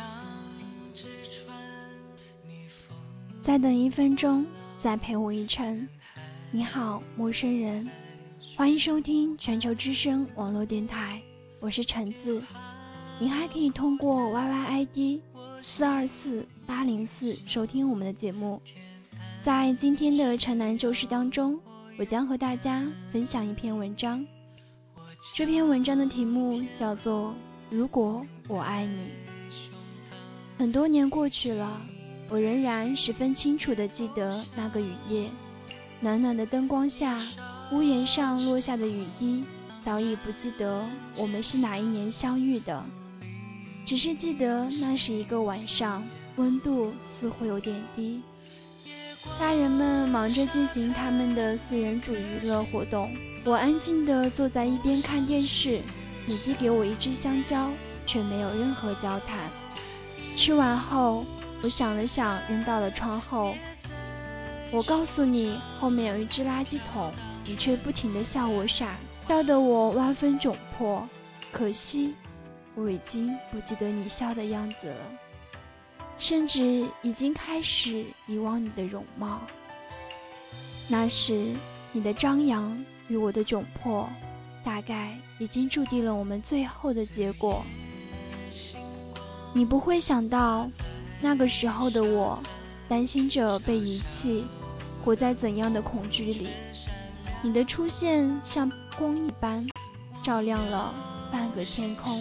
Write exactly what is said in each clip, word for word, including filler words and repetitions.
再等一分钟，再陪我一程。你好，陌生人，欢迎收听全球之声网络电台，我是橙子。您还可以通过 Y Y I D 四二四八零四收听我们的节目。在今天的城南旧事当中，我将和大家分享一篇文章。这篇文章的题目叫做如果我爱你。很多年过去了，我仍然十分清楚地记得那个雨夜，暖暖的灯光下，屋檐上落下的雨滴，早已不记得我们是哪一年相遇的，只是记得那是一个晚上，温度似乎有点低。大人们忙着进行他们的四人组娱乐活动，我安静地坐在一边看电视。你递给我一只香蕉，却没有任何交谈。吃完后，我想了想，扔到了窗后。我告诉你后面有一只垃圾桶，你却不停地笑我傻，笑得我万分窘迫。可惜我已经不记得你笑的样子了，甚至已经开始遗忘你的容貌。那时你的张扬与我的窘迫，大概已经注定了我们最后的结果。你不会想到，那个时候的我担心着被遗弃，活在怎样的恐惧里。你的出现像光一般照亮了半个天空。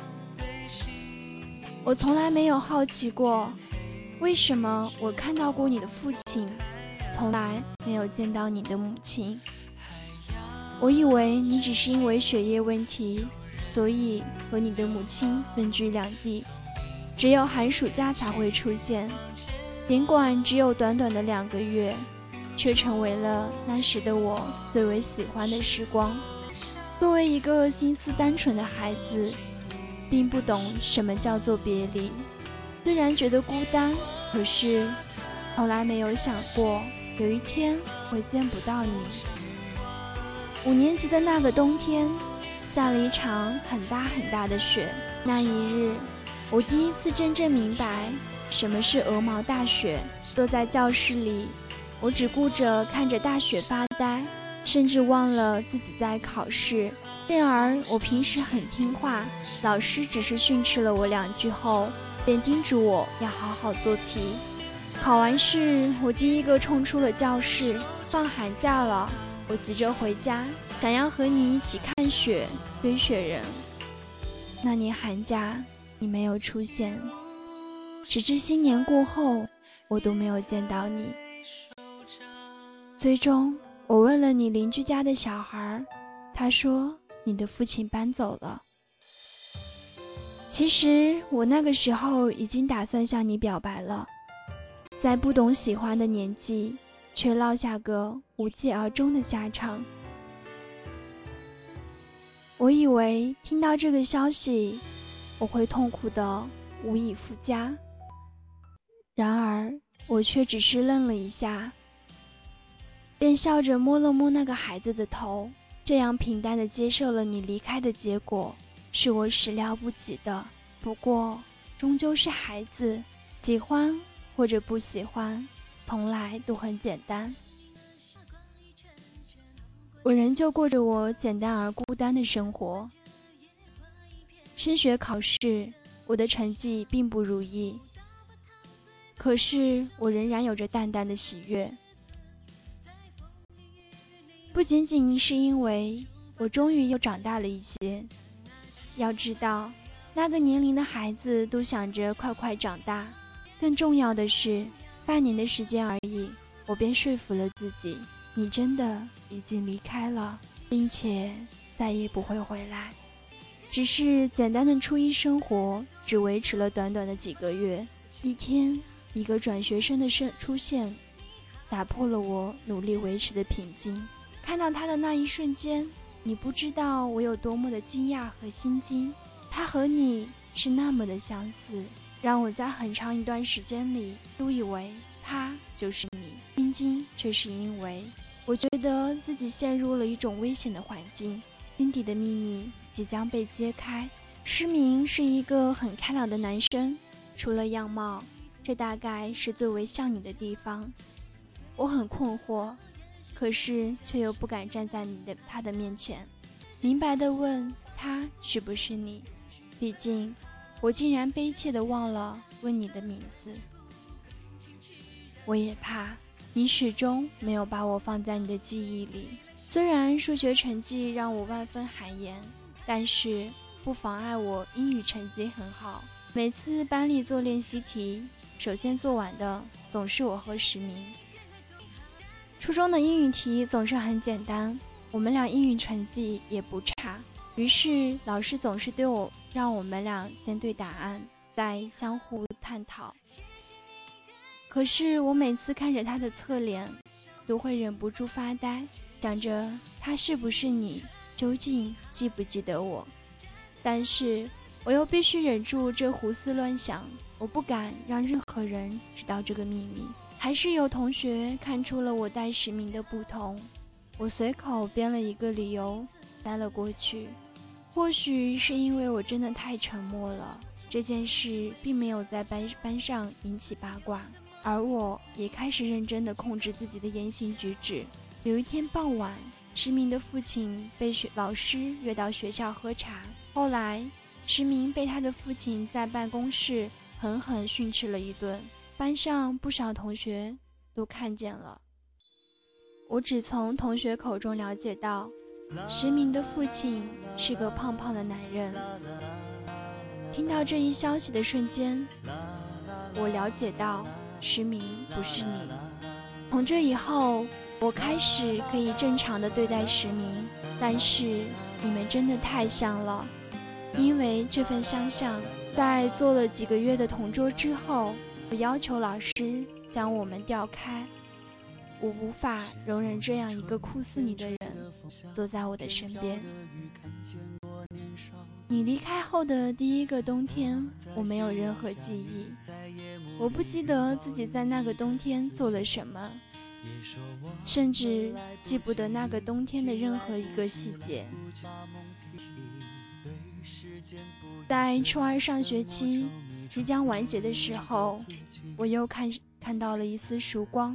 我从来没有好奇过，为什么我看到过你的父亲，从来没有见到你的母亲。我以为你只是因为学业问题，所以和你的母亲分居两地，只有寒暑假才会出现。尽管只有短短的两个月，却成为了那时的我最为喜欢的时光。作为一个心思单纯的孩子，并不懂什么叫做别离，虽然觉得孤单，可是从来没有想过有一天会见不到你。五年级的那个冬天，下了一场很大很大的雪。那一日，我第一次真正明白什么是鹅毛大雪。坐在教室里，我只顾着看着大雪发呆，甚至忘了自己在考试。幸而我平时很听话，老师只是训斥了我两句后，便叮嘱我要好好做题。考完试，我第一个冲出了教室。放寒假了，我急着回家，想要和你一起看雪，堆雪人。那年寒假你没有出现，直至新年过后，我都没有见到你。最终我问了你邻居家的小孩，他说你的父亲搬走了。其实我那个时候已经打算向你表白了，在不懂喜欢的年纪，却落下个无疾而终的下场。我以为听到这个消息，我会痛苦的无以复加，然而我却只是愣了一下，便笑着摸了摸那个孩子的头。这样平淡地接受了你离开的结果，是我始料不及的。不过终究是孩子，喜欢或者不喜欢，从来都很简单。我仍旧过着我简单而孤单的生活。升学考试，我的成绩并不如意，可是我仍然有着淡淡的喜悦。不仅仅是因为我终于又长大了一些，要知道那个年龄的孩子都想着快快长大，更重要的是半年的时间而已，我便说服了自己，你真的已经离开了，并且再也不会回来。只是简单的初一生活只维持了短短的几个月。一天，一个转学生的出现，打破了我努力维持的平静。看到他的那一瞬间，你不知道我有多么的惊讶和心惊。他和你是那么的相似，让我在很长一段时间里都以为他就是你。心惊却是因为我觉得自己陷入了一种危险的环境，心底的秘密即将被揭开。施明是一个很开朗的男生， 除了样貌，这大概是最为像你的地方。我很困惑，可是却又不敢站在你的他的面前，明白地问他是不是你。毕竟我竟然悲切地忘了问你的名字。我也怕你始终没有把我放在你的记忆里。虽然数学成绩让我万分汗颜，但是不妨碍我英语成绩很好。每次班里做练习题，首先做完的总是我和石明。初中的英语题总是很简单，我们俩英语成绩也不差，于是老师总是对我让我们俩先对答案，再相互探讨。可是我每次看着他的侧脸，都会忍不住发呆，想着他是不是你，究竟记不记得我。但是我又必须忍住这胡思乱想，我不敢让任何人知道这个秘密。还是有同学看出了我带实名的不同，我随口编了一个理由塞了过去。或许是因为我真的太沉默了，这件事并没有在班班上引起八卦，而我也开始认真地控制自己的言行举止。有一天傍晚，石明的父亲被学老师约到学校喝茶，后来石明被他的父亲在办公室狠狠训斥了一顿，班上不少同学都看见了。我只从同学口中了解到，石明的父亲是个胖胖的男人。听到这一消息的瞬间，我了解到石明不是你。从这以后，我开始可以正常的对待石明，但是你们真的太像了。因为这份相像，在做了几个月的同桌之后，我要求老师将我们调开。我无法容忍这样一个酷似你的人坐在我的身边。你离开后的第一个冬天，我没有任何记忆，我不记得自己在那个冬天做了什么，甚至记不得那个冬天的任何一个细节。在初二上学期即将完结的时候，我又看看到了一丝曙光。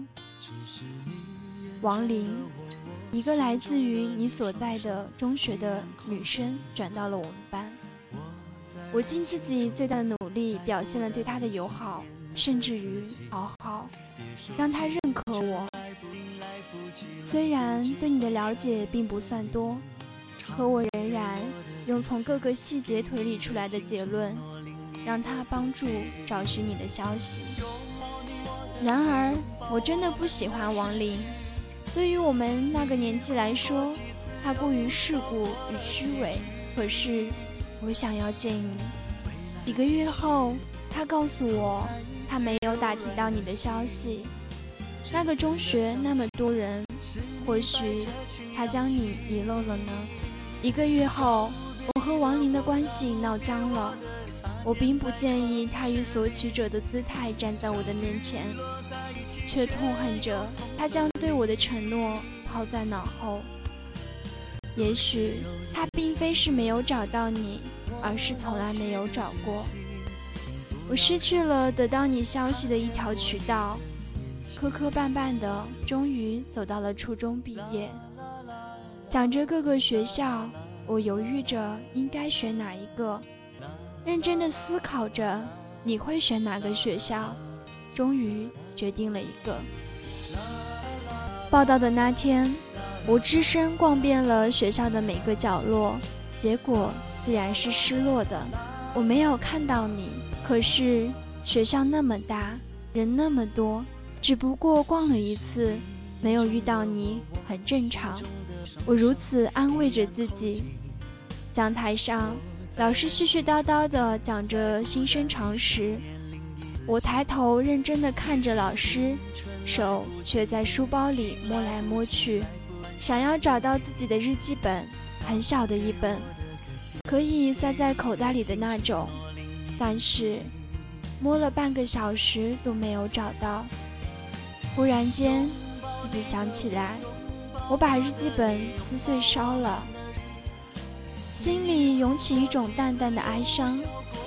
王琳，一个来自于你所在的中学的女生转到了我们班。我尽自己最大的努力表现了对她的友好，甚至于讨好，让她认可我。虽然对你的了解并不算多，可我仍然用从各个细节推理出来的结论，让她帮助找寻你的消息。然而我真的不喜欢王琳，对于我们那个年纪来说，她过于世故与虚伪。可是我想要见你。几个月后，她告诉我她没有打听到你的消息。那个中学那么多人，或许她将你遗漏了呢。一个月后，我和王琳的关系闹僵了。我并不建议他以索取者的姿态站在我的面前，却痛恨着他将对我的承诺抛在脑后。也许他并非是没有找到你，而是从来没有找过。我失去了得到你消息的一条渠道，磕磕绊绊的终于走到了初中毕业。想着各个学校，我犹豫着应该选哪一个，认真的思考着你会选哪个学校，终于决定了一个。报到的那天，我只身逛遍了学校的每个角落，结果自然是失落的。我没有看到你，可是学校那么大，人那么多，只不过逛了一次，没有遇到你很正常。我如此安慰着自己。讲台上，老师絮絮叨叨地讲着新生常识，我抬头认真地看着老师，手却在书包里摸来摸去，想要找到自己的日记本，很小的一本，可以塞在口袋里的那种，但是摸了半个小时都没有找到。忽然间，自己想起来，我把日记本撕碎烧了。心里涌起一种淡淡的哀伤，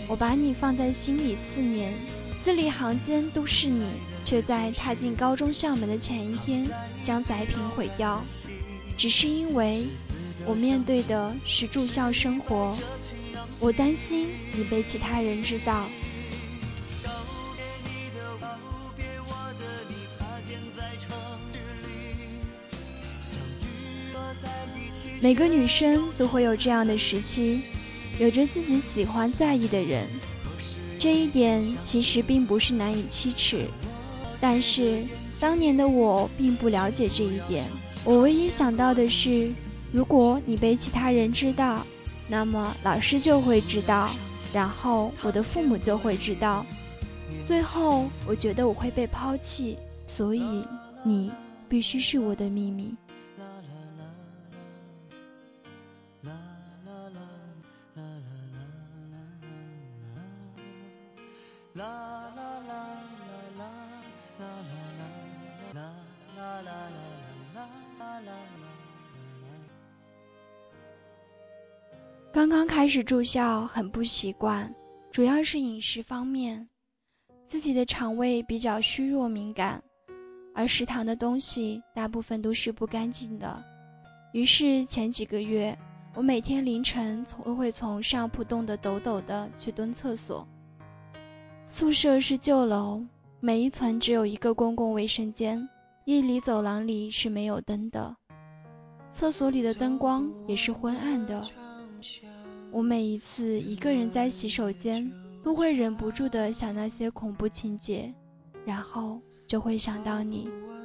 我把你放在心里四年，字里行间都是你，却在踏进高中校门的前一天将载品毁掉，只是因为我面对的是住校生活，我担心你被其他人知道。每个女生都会有这样的时期，有着自己喜欢在意的人，这一点其实并不是难以启齿，但是当年的我并不了解这一点。我唯一想到的是，如果你被其他人知道，那么老师就会知道，然后我的父母就会知道，最后我觉得我会被抛弃，所以你必须是我的秘密。刚刚开始住校很不习惯，主要是饮食方面，自己的肠胃比较虚弱敏感，而食堂的东西大部分都是不干净的。于是前几个月，我每天凌晨都会从上铺冻得抖抖的去蹲厕所。宿舍是旧楼，每一层只有一个公共卫生间，夜里走廊里是没有灯的，厕所里的灯光也是昏暗的。我每一次一个人在洗手间，都会忍不住地想那些恐怖情节，然后就会想到你。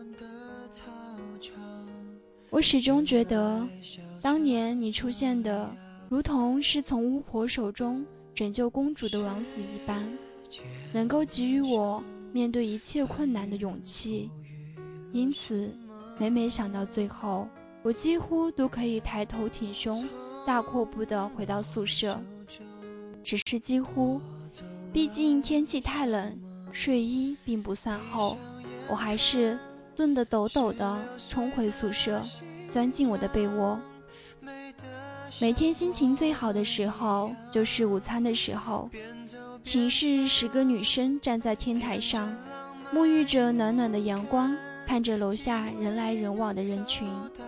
我始终觉得，当年你出现的，如同是从巫婆手中拯救公主的王子一般，能够给予我面对一切困难的勇气。因此，每每想到最后，我几乎都可以抬头挺胸，大阔步地回到宿舍。只是几乎，毕竟天气太冷，睡衣并不算厚，我还是冻得抖抖地冲回宿舍，钻进我的被窝。每天心情最好的时候就是午餐的时候，寝室十个女生站在天台上，沐浴着暖暖的阳光，看着楼下人来人往的人群，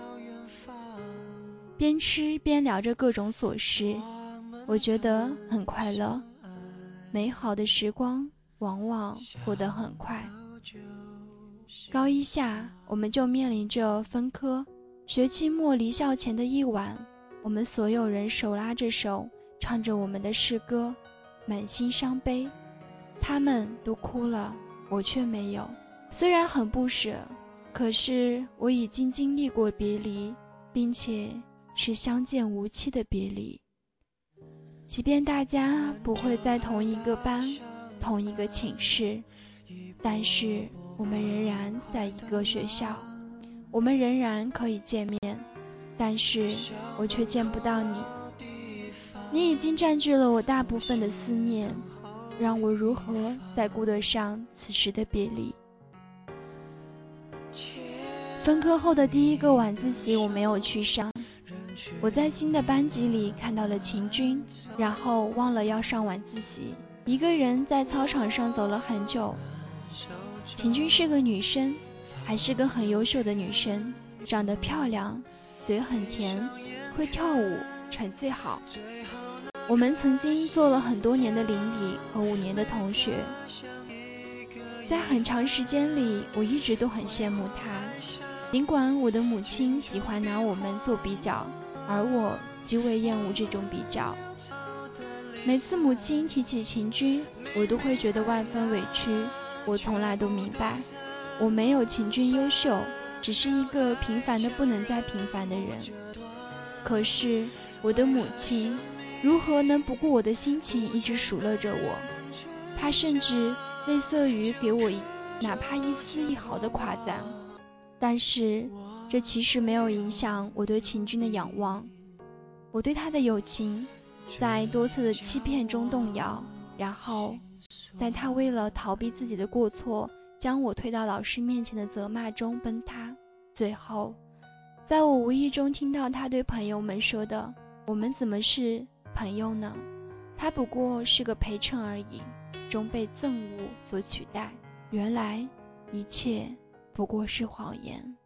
边吃边聊着各种琐事，我觉得很快乐。美好的时光往往过得很快。高一下，我们就面临着分科。学期末离校前的一晚，我们所有人手拉着手，唱着我们的诗歌，满心伤悲。他们都哭了，我却没有。虽然很不舍，可是我已经经历过别离，并且是相见无期的别离。即便大家不会在同一个班、同一个寝室，但是我们仍然在一个学校，我们仍然可以见面，但是我却见不到你。你已经占据了我大部分的思念，让我如何再顾得上此时的别离？分科后的第一个晚自习我没有去上，我在新的班级里看到了秦军，然后忘了要上晚自习，一个人在操场上走了很久。秦军是个女生，还是个很优秀的女生，长得漂亮，嘴很甜，会跳舞，成绩好。我们曾经做了很多年的邻里和五年的同学，在很长时间里，我一直都很羡慕她。尽管我的母亲喜欢拿我们做比较，而我极为厌恶这种比较。每次母亲提起秦军，我都会觉得万分委屈。我从来都明白，我没有秦军优秀，只是一个平凡的不能再平凡的人。可是我的母亲如何能不顾我的心情一直数落着我？她甚至类似于给我一哪怕一丝一毫的夸赞。但是这其实没有影响我对秦军的仰望。我对他的友情在多次的欺骗中动摇，然后在他为了逃避自己的过错将我推到老师面前的责骂中崩塌。最后在我无意中听到他对朋友们说的，我们怎么是朋友呢？ 他不过是个陪衬而已，终被憎恶所取代。原来一切不过是谎言。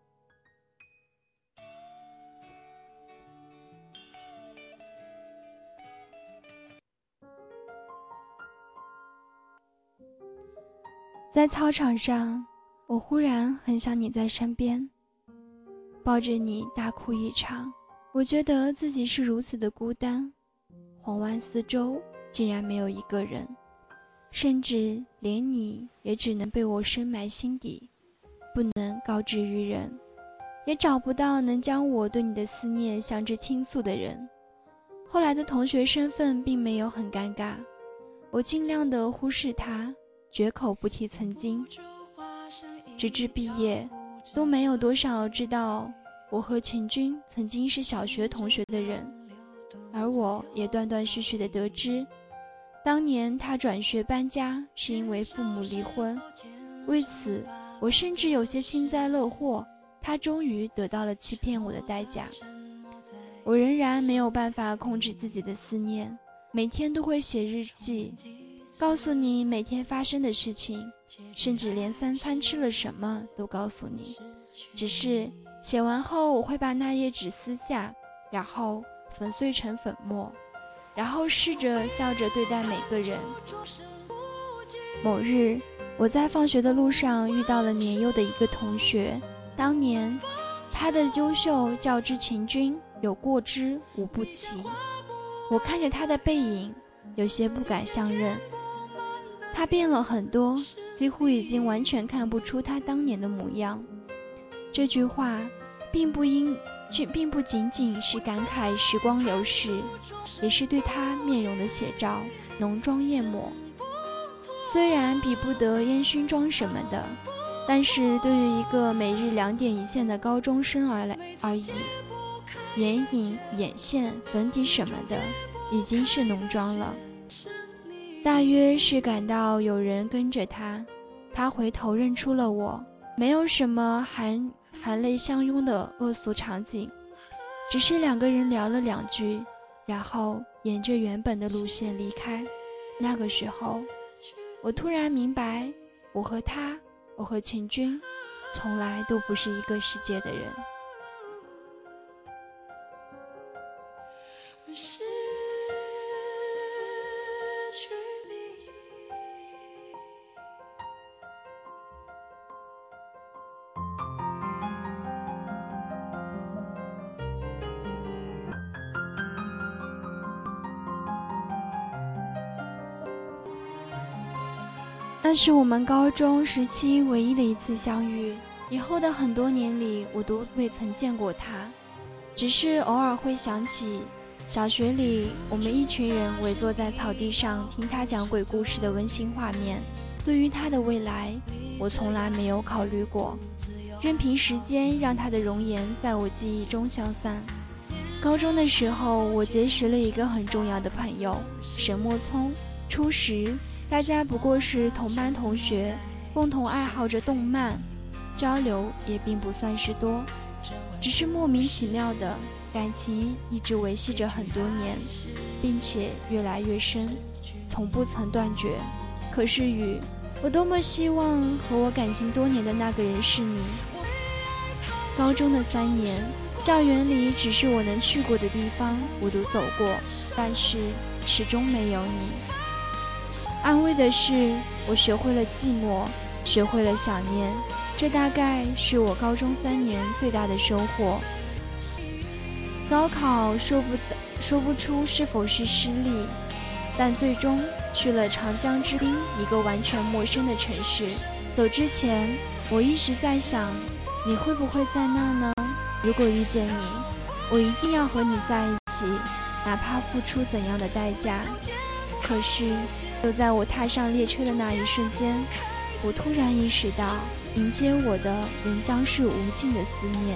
在操场上，我忽然很想你在身边，抱着你大哭一场。我觉得自己是如此的孤单，环望四周竟然没有一个人，甚至连你也只能被我深埋心底，不能告知于人，也找不到能将我对你的思念向之倾诉的人。后来的同学身份并没有很尴尬，我尽量的忽视他，绝口不提曾经，直至毕业都没有多少知道我和秦军曾经是小学同学的人。而我也断断续续的得知，当年他转学搬家是因为父母离婚，为此我甚至有些幸灾乐祸，他终于得到了欺骗我的代价。我仍然没有办法控制自己的思念，每天都会写日记，告诉你每天发生的事情，甚至连三餐吃了什么都告诉你。只是写完后，我会把那页纸撕下，然后粉碎成粉末，然后试着笑着对待每个人。某日，我在放学的路上遇到了年幼的一个同学，当年他的优秀较之秦军有过之无不及。我看着他的背影，有些不敢相认。他变了很多，几乎已经完全看不出他当年的模样。这句话并不因并不仅仅是感慨时光流逝，也是对他面容的写照，浓妆艳抹。虽然比不得烟熏妆什么的，但是对于一个每日两点一线的高中生而来而已，眼影、眼线、粉底什么的已经是浓妆了。大约是感到有人跟着他，他回头认出了我，没有什么含含泪相拥的恶俗场景，只是两个人聊了两句，然后沿着原本的路线离开。那个时候，我突然明白，我和他，我和秦军，从来都不是一个世界的人。那是我们高中时期唯一的一次相遇，以后的很多年里我都未曾见过他，只是偶尔会想起小学里我们一群人围坐在草地上听他讲鬼故事的温馨画面。对于他的未来，我从来没有考虑过，任凭时间让他的容颜在我记忆中消散。高中的时候，我结识了一个很重要的朋友沈墨聪。初时大家不过是同班同学，共同爱好着动漫，交流也并不算是多，只是莫名其妙的感情一直维系着很多年，并且越来越深，从不曾断绝。可是雨，我多么希望和我感情多年的那个人是你。高中的三年，校园里只是我能去过的地方我都走过，但是始终没有你。安慰的是，我学会了寂寞，学会了想念，这大概是我高中三年最大的收获。高考说不说不出是否是失利，但最终去了长江之滨，一个完全陌生的城市。走之前，我一直在想，你会不会在那呢？如果遇见你，我一定要和你在一起，哪怕付出怎样的代价。可是就在我踏上列车的那一瞬间，我突然意识到，迎接我的仍将是无尽的思念。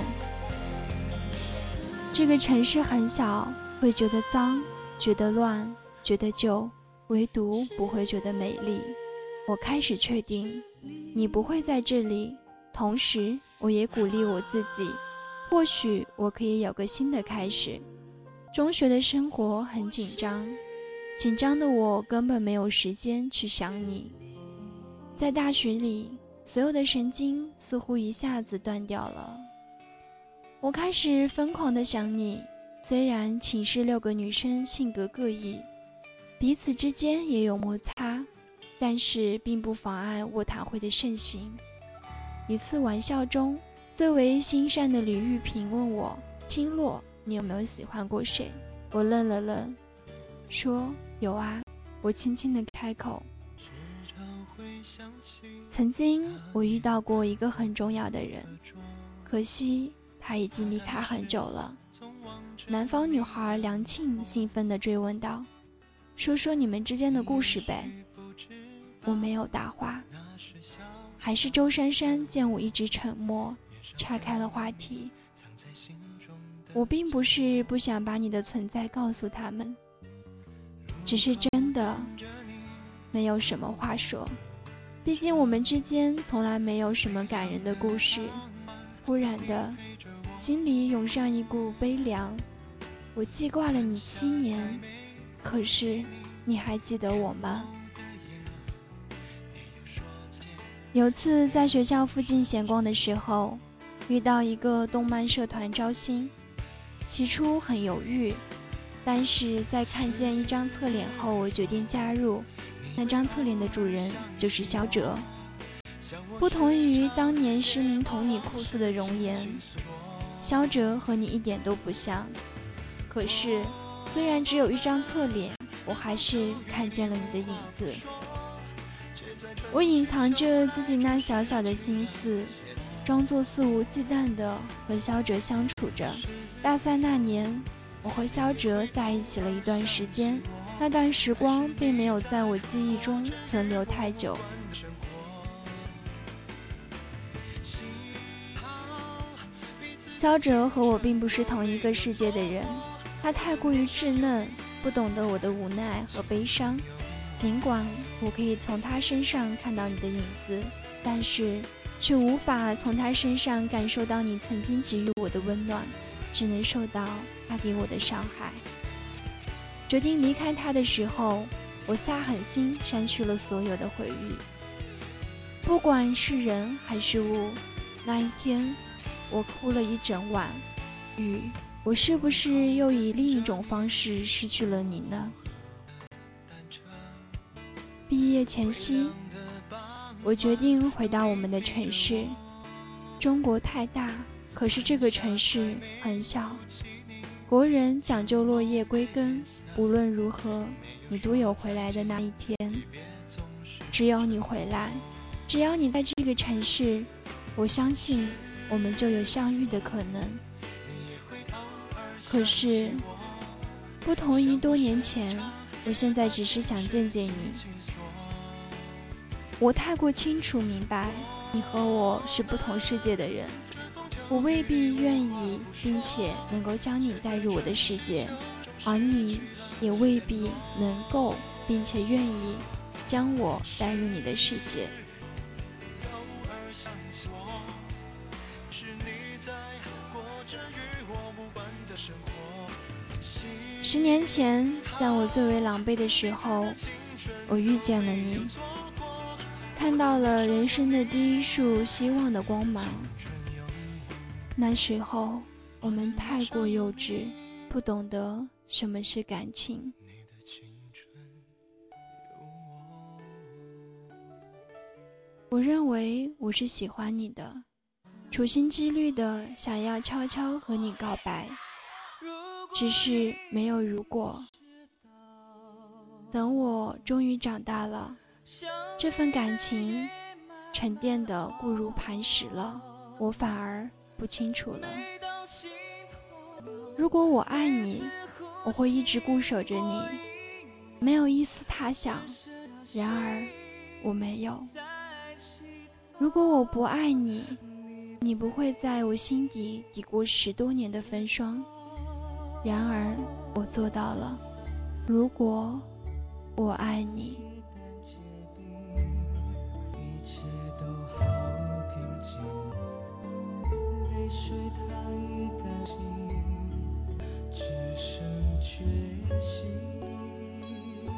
这个城市很小，会觉得脏，觉得乱，觉得旧，唯独不会觉得美丽。我开始确定你不会在这里，同时我也鼓励我自己，或许我可以有个新的开始。中学的生活很紧张， 紧张的我根本没有时间去想你。在大学里，所有的神经似乎一下子断掉了。我开始疯狂地想你，虽然寝室六个女生性格各异，彼此之间也有摩擦，但是并不妨碍卧谈会的盛行。一次玩笑中，最为心善的李玉萍问我：青洛，你有没有喜欢过谁？我愣了愣，说有啊。我轻轻地开口。曾经我遇到过一个很重要的人，可惜他已经离开很久了。南方女孩梁庆兴奋地追问道：说说你们之间的故事呗。我没有答话。还是周珊珊见我一直沉默，岔开了话题。我并不是不想把你的存在告诉他们，只是真的没有什么话说。毕竟我们之间从来没有什么感人的故事。忽然的，心里涌上一股悲凉。我记挂了你七年，可是你还记得我吗？有次在学校附近闲逛的时候，遇到一个动漫社团招新，起初很犹豫，但是在看见一张侧脸后，我决定加入。那张侧脸的主人就是萧哲。不同于当年失明同你酷似的容颜，萧哲和你一点都不像。可是虽然只有一张侧脸，我还是看见了你的影子。我隐藏着自己那小小的心思，装作肆无忌惮地和萧哲相处着。大三那年，我和萧哲在一起了一段时间，那段时光并没有在我记忆中存留太久。萧哲和我并不是同一个世界的人，他太过于稚嫩，不懂得我的无奈和悲伤。尽管我可以从他身上看到你的影子，但是却无法从他身上感受到你曾经给予我的温暖，只能受到他给我的伤害。决定离开他的时候，我下狠心删去了所有的回忆，不管是人还是物。那一天我哭了一整晚。雨，我是不是又以另一种方式失去了你呢？毕业前夕，我决定回到我们的城市。中国太大，可是这个城市很小。国人讲究落叶归根，无论如何，你都有回来的那一天。只有你回来，只要你在这个城市，我相信我们就有相遇的可能。可是，不同于多年前，我现在只是想见见你。我太过清楚明白，你和我是不同世界的人。我未必愿意并且能够将你带入我的世界，而你也未必能够并且愿意将我带入你的世界。十年前，在我最为狼狈的时候，我遇见了你，看到了人生的第一束希望的光芒。那时候我们太过幼稚，不懂得什么是感情。我认为我是喜欢你的，处心积虑的想要悄悄和你告白，只是没有如果。等我终于长大了，这份感情沉淀的固如磐石了，我反而不清楚了。如果我爱你，我会一直固守着你，没有一丝他想。然而我没有。如果我不爱你，你不会在我心底抵过十多年的风霜。然而我做到了。如果我爱你，一切都好平静，泪水它已干净，只剩决心。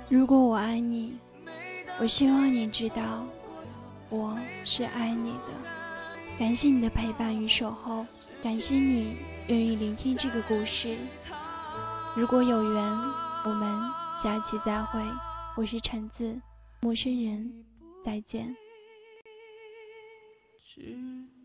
如果我爱你，我希望你知道我是爱你的。感谢你的陪伴与守候，感谢你愿意聆听这个故事。如果有缘，我们下期再会。我是橙子，陌生人，再见。